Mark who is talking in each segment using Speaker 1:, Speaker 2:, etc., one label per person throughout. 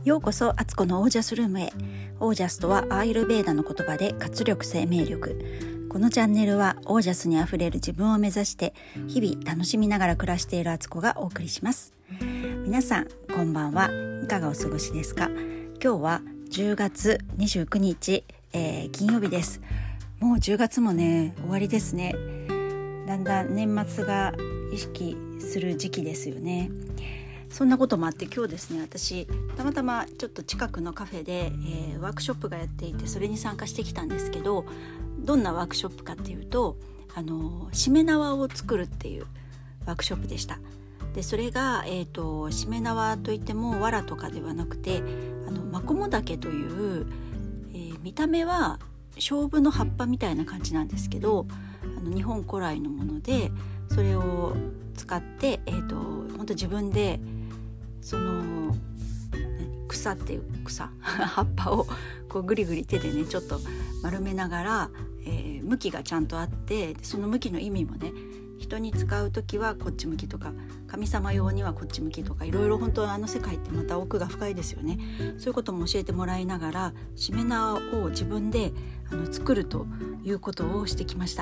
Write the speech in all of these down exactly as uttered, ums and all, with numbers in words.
Speaker 1: ようこそアツコのオージャスルームへ。オージャスとはアーユルベーダの言葉で活力、生命力。このチャンネルはオージャスにあふれる自分を目指して日々楽しみながら暮らしているアツコがお送りします。皆さんこんばんは。いかがお過ごしですか？今日はじゅうがつにじゅうくにち、えー、金曜日です。もうじゅうがつもね終わりですね。だんだん年末が意識する時期ですよね。そんなこともあって今日ですね、私たまたまちょっと近くのカフェで、えー、ワークショップがやっていて、それに参加してきたんですけど、どんなワークショップかっていうと、あのしめ縄を作るっていうワークショップでした。でそれが、えーと、しめ縄といっても藁とかではなくて、あのマコモダケという、えー、見た目は菖蒲の葉っぱみたいな感じなんですけど、あの日本古来のもので、それを使って、えーと、本当自分でその草っていう草葉っぱをこうぐりぐり手でねちょっと丸めながら、えー、向きがちゃんとあって、その向きの意味もね、人に使うときはこっち向きとか、神様用にはこっち向きとか、いろいろ本当あの世界ってまた奥が深いですよね。そういうことも教えてもらいながら、しめ縄を自分であの作るということをしてきました。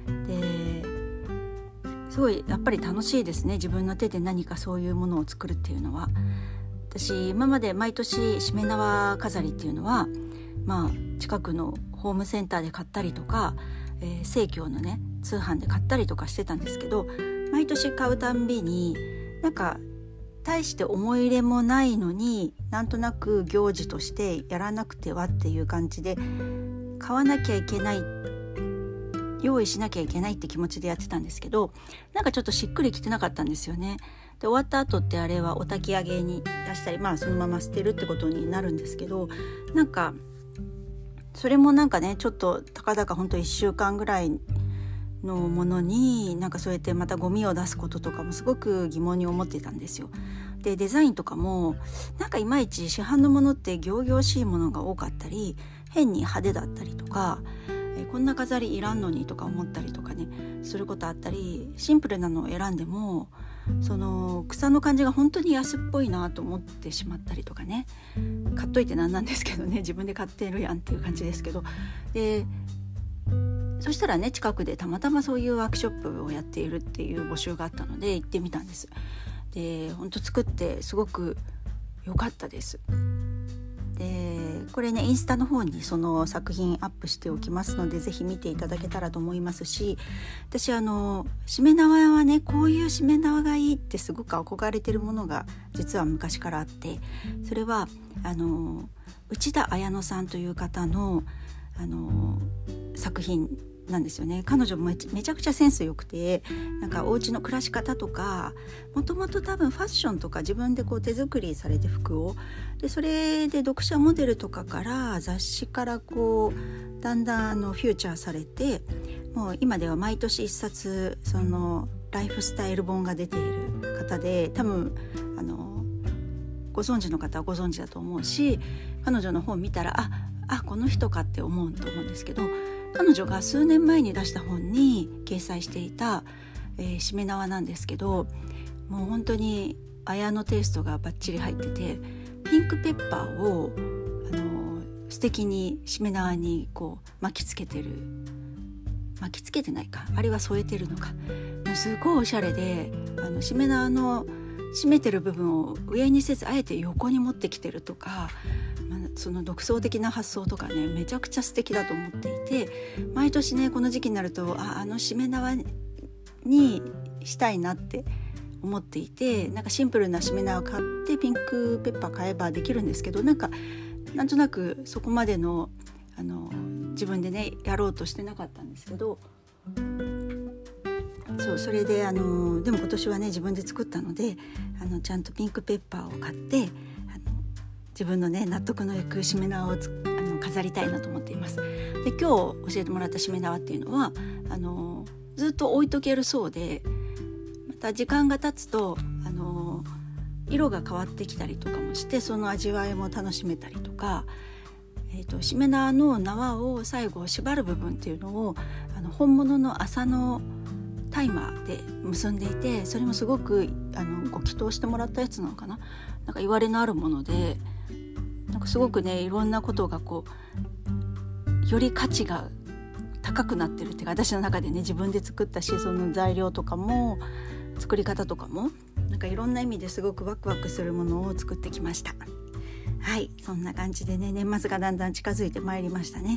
Speaker 1: ですごいやっぱり楽しいですね。自分の手で何かそういうものを作るっていうのは。私今まで毎年しめ縄飾りっていうのは、まあ近くのホームセンターで買ったりとか、えー、生協のね通販で買ったりとかしてたんですけど、毎年買うたんびになんか大して思い入れもないのに、なんとなく行事としてやらなくてはっていう感じで買わなきゃいけない、用意しなきゃいけないって気持ちでやってたんですけど、なんかちょっとしっくりきてなかったんですよね。で終わった後ってあれはお焚き上げに出したり、まあそのまま捨てるってことになるんですけど、なんかそれもなんかねちょっとたかだか本当いっしゅうかんぐらいのものに、なんかそうやってまたゴミを出すこととかもすごく疑問に思ってたんですよ。でデザインとかもなんかいまいち市販のものって仰々しいものが多かったり、変に派手だったりとか、えこんな飾りいらんのにとか思ったりとかねすることあったり、シンプルなのを選んでもその草の感じが本当に安っぽいなと思ってしまったりとかね、買っといてなんなんですけどね、自分で買ってるやんっていう感じですけど、でそしたらね近くでたまたまそういうワークショップをやっているっていう募集があったので行ってみたんです。で本当作ってすごく良かったです。でこれねインスタの方にその作品アップしておきますので、ぜひ見ていただけたらと思いますし、私あのしめ縄はね、こういうしめ縄がいいってすごく憧れてるものが実は昔からあって、それはあの内田彩乃さんという方のあの作品なんですよね。彼女もめちゃくちゃセンス良くて、なんかお家の暮らし方とか、もともと多分ファッションとか自分でこう手作りされて服をで、それで読者モデルとかから雑誌からこうだんだんあのフューチャーされて、もう今では毎年一冊そのライフスタイル本が出ている方で、多分あのご存知の方はご存知だと思うし、彼女の本見たらああこの人かって思うと思うんですけど、彼女が数年前に出した本に掲載していた、えー、しめ縄なんですけど、もう本当に綾のテイストがバッチリ入ってて、ピンクペッパーを、あのー、素敵にしめ縄にこう巻きつけてる、巻きつけてないか、あれは添えてるのか、すごいおしゃれで、あのしめ縄の締めてる部分を上にせずあえて横に持ってきてるとか、その独創的な発想とかねめちゃくちゃ素敵だと思っていて、毎年ねこの時期になるとああのしめ縄にしたいなって思っていて、なんかシンプルなしめ縄を買ってピンクペッパー買えばできるんですけど、なんかなんとなくそこまでのあの自分でねやろうとしてなかったんですけど、そうそれであのでも今年はね自分で作ったので、あのちゃんとピンクペッパーを買って自分のね納得のいくしめ縄をつあの飾りたいなと思っています。で今日教えてもらったしめ縄っていうのはあのずっと置いとけるそうで、また時間が経つとあの色が変わってきたりとかもして、その味わいも楽しめたりとか、えーと、しめ縄の縄を最後縛る部分っていうのをあの本物の麻のタイマーで結んでいて、それもすごくあのご祈祷してもらったやつなのかな、なんか言われのあるものでかすごくねいろんなことがこうより価値が高くなってるっていうか、私の中でね自分で作ったし、その材料とかも作り方とかもなんかいろんな意味ですごくワクワクするものを作ってきました。はい、そんな感じでね、年末がだんだん近づいてまいりましたね。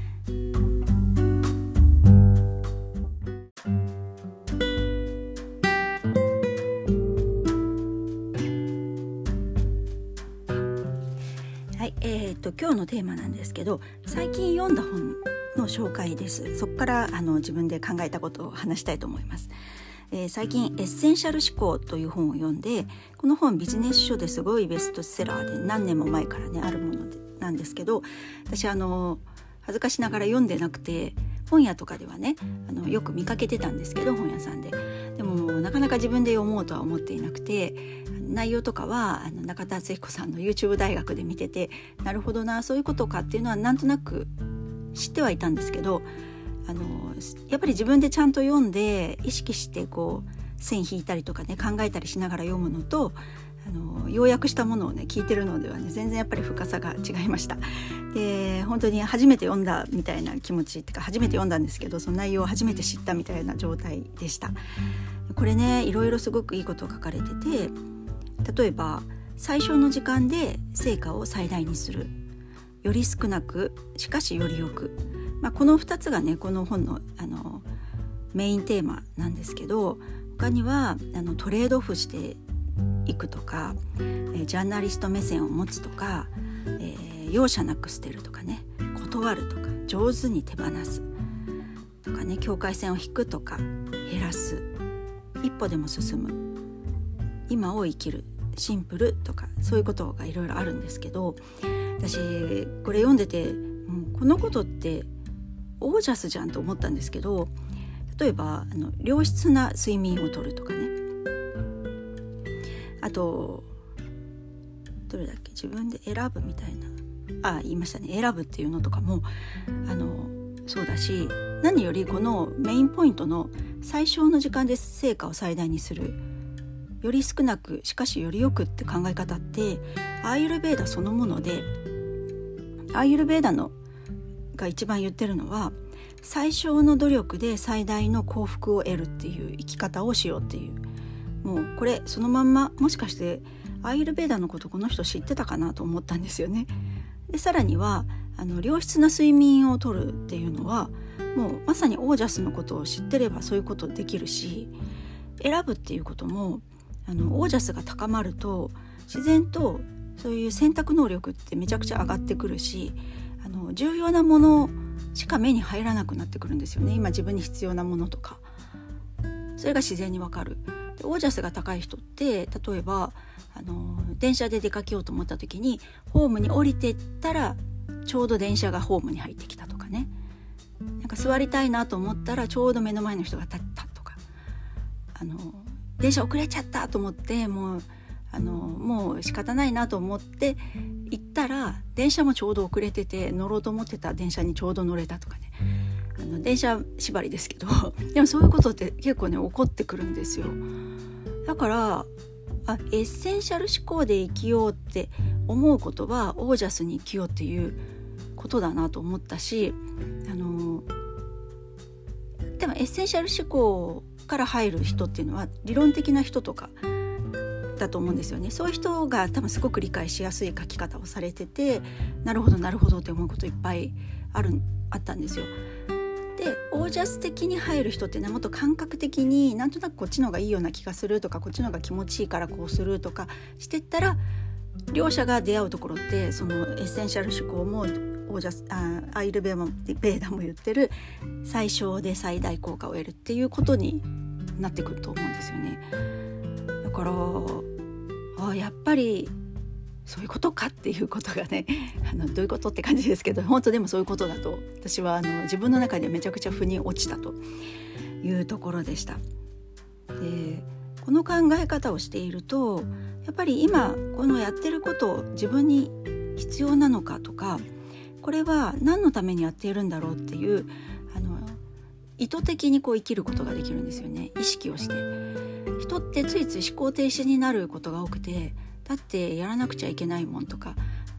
Speaker 1: はい、えー、と今日のテーマなんですけど、最近読んだ本の紹介です。そこからあの自分で考えたことを話したいと思います。えー、最近エッセンシャル思考という本を読んで、この本ビジネス書ですごいベストセラーで何年も前からねあるものでなんですけど、私あの恥ずかしながら読んでなくて、本屋とかではねあのよく見かけてたんですけど、本屋さんででもなかなか自分で読もうとは思っていなくて、内容とかはあの中田敦彦さんの YouTube 大学で見てて、なるほどなそういうことかっていうのはなんとなく知ってはいたんですけど、あのやっぱり自分でちゃんと読んで意識してこう線引いたりとかね考えたりしながら読むのと、あの要約したものをね聞いてるのではね全然やっぱり深さが違いました。で本当に初めて読んだみたいな気持ちっていうか、初めて読んだんですけどその内容を初めて知ったみたいな状態でした。これねいろいろすごくいいことが書かれてて、例えば最小の時間で成果を最大にする、より少なくしかしよりよく、まあ、このふたつがねこの本の、あのメインテーマなんですけど、他にはあのトレードオフしていくとか、えー、ジャーナリスト目線を持つとか、えー、容赦なく捨てるとかね、断るとか上手に手放すとかね、境界線を引くとか減らす、一歩でも進む、今を生きる、シンプルとか、そういうことがいろいろあるんですけど、私これ読んでてもうこのことってオージャスじゃんと思ったんですけど、例えばあの良質な睡眠をとるとかね、あとどれだっけ、自分で選ぶみたいな、あ言いましたね、選ぶっていうのとかもあのそうだし、何よりこのメインポイントの最小の時間で成果を最大にする、より少なくしかしよりよくって考え方ってアーユルベーダそのもので、アーユルベーダのが一番言ってるのは最小の努力で最大の幸福を得るっていう生き方をしようっていう、もうこれそのまんま、もしかしてアーユルベーダのことこの人知ってたかなと思ったんですよね。でさらにはあの良質な睡眠をとるっていうのはもうまさにオージャスのことを知ってればそういうことできるし、選ぶっていうこともあのオージャスが高まると自然とそういう選択能力ってめちゃくちゃ上がってくるし、あの重要なものしか目に入らなくなってくるんですよね。今自分に必要なものとか、それが自然にわかる。でオージャスが高い人って例えばあの電車で出かけようと思った時にホームに降りてったらちょうど電車がホームに入ってきたとかね、なんか座りたいなと思ったらちょうど目の前の人が立ったとか、あの電車遅れちゃったと思ってもうあのもう仕方ないなと思って行ったら電車もちょうど遅れてて、乗ろうと思ってた電車にちょうど乗れたとかね、あの電車縛りですけどでもそういうことって結構ね起こってくるんですよ。だからあエッセンシャル思考で生きようって思うことはオージャスに生きようっていうことだなと思ったし、あのでもエッセンシャル思考から入る人っていうのは理論的な人とかだと思うんですよね。そういう人が多分すごく理解しやすい書き方をされてて、なるほどなるほどって思うこといっぱいあるあったんですよ。でオージャス的に入る人ってね、もっと感覚的になんとなくこっちの方がいいような気がするとか、こっちの方が気持ちいいからこうするとかしてったら、両者が出会うところってそのエッセンシャル思考もオージャスあアイルベーダも言ってる最小で最大効果を得るっていうことになってくると思うんですよね。だからあやっぱりそういうことかっていうことがねあのどういうことって感じですけど、本当でもそういうことだと私はあの自分の中でめちゃくちゃ腑に落ちたというところでした。でこの考え方をしていると、やっぱり今このやってることを自分に必要なのかとか、これは何のためにやっているんだろうっていうあの意図的にこう生きることができるんですよね。意識をして、人ってついつい思考停止になることが多くて、だってやらなくちゃいけないもんとか、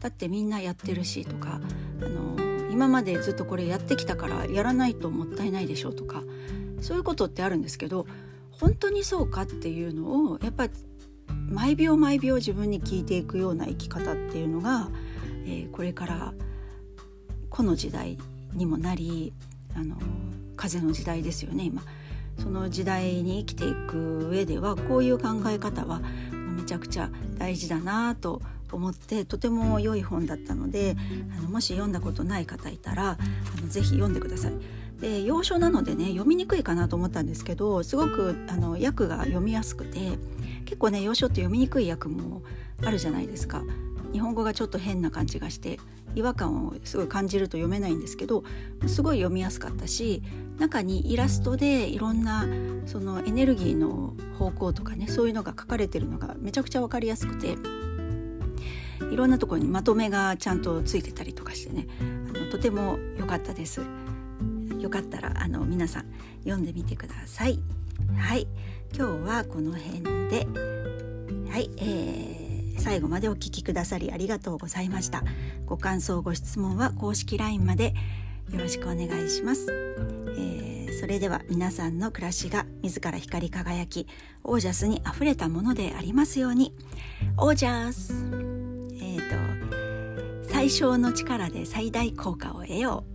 Speaker 1: だってみんなやってるしとか、あの今までずっとこれやってきたからやらないともったいないでしょとか、そういうことってあるんですけど、本当にそうかっていうのをやっぱり毎秒毎秒自分に聞いていくような生き方っていうのが、えー、これからこの時代にもなり、あの風の時代ですよね今。その時代に生きていく上ではこういう考え方はめちゃくちゃ大事だなと思って、とても良い本だったので、あのもし読んだことない方いたらあのぜひ読んでください。で洋書なのでね読みにくいかなと思ったんですけど、すごくあの訳が読みやすくて、結構ね洋書って読みにくい訳もあるじゃないですか。日本語がちょっと変な感じがして違和感をすごい感じると読めないんですけど、すごい読みやすかったし、中にイラストでいろんなそのエネルギーの方向とかね、そういうのが書かれてるのがめちゃくちゃ分かりやすくて、いろんなところにまとめがちゃんとついてたりとかしてね、あのとても良かったです。よかったらあの皆さん読んでみてください。はい、今日はこの辺で、はい、えー、最後までお聞きくださりありがとうございました。ご感想ご質問は公式 ライン までよろしくお願いします。えー、それでは皆さんの暮らしが自ら光り輝きオージャスにあふれたものでありますように。オージャス、えーと、最小の力で最大効果を得よう。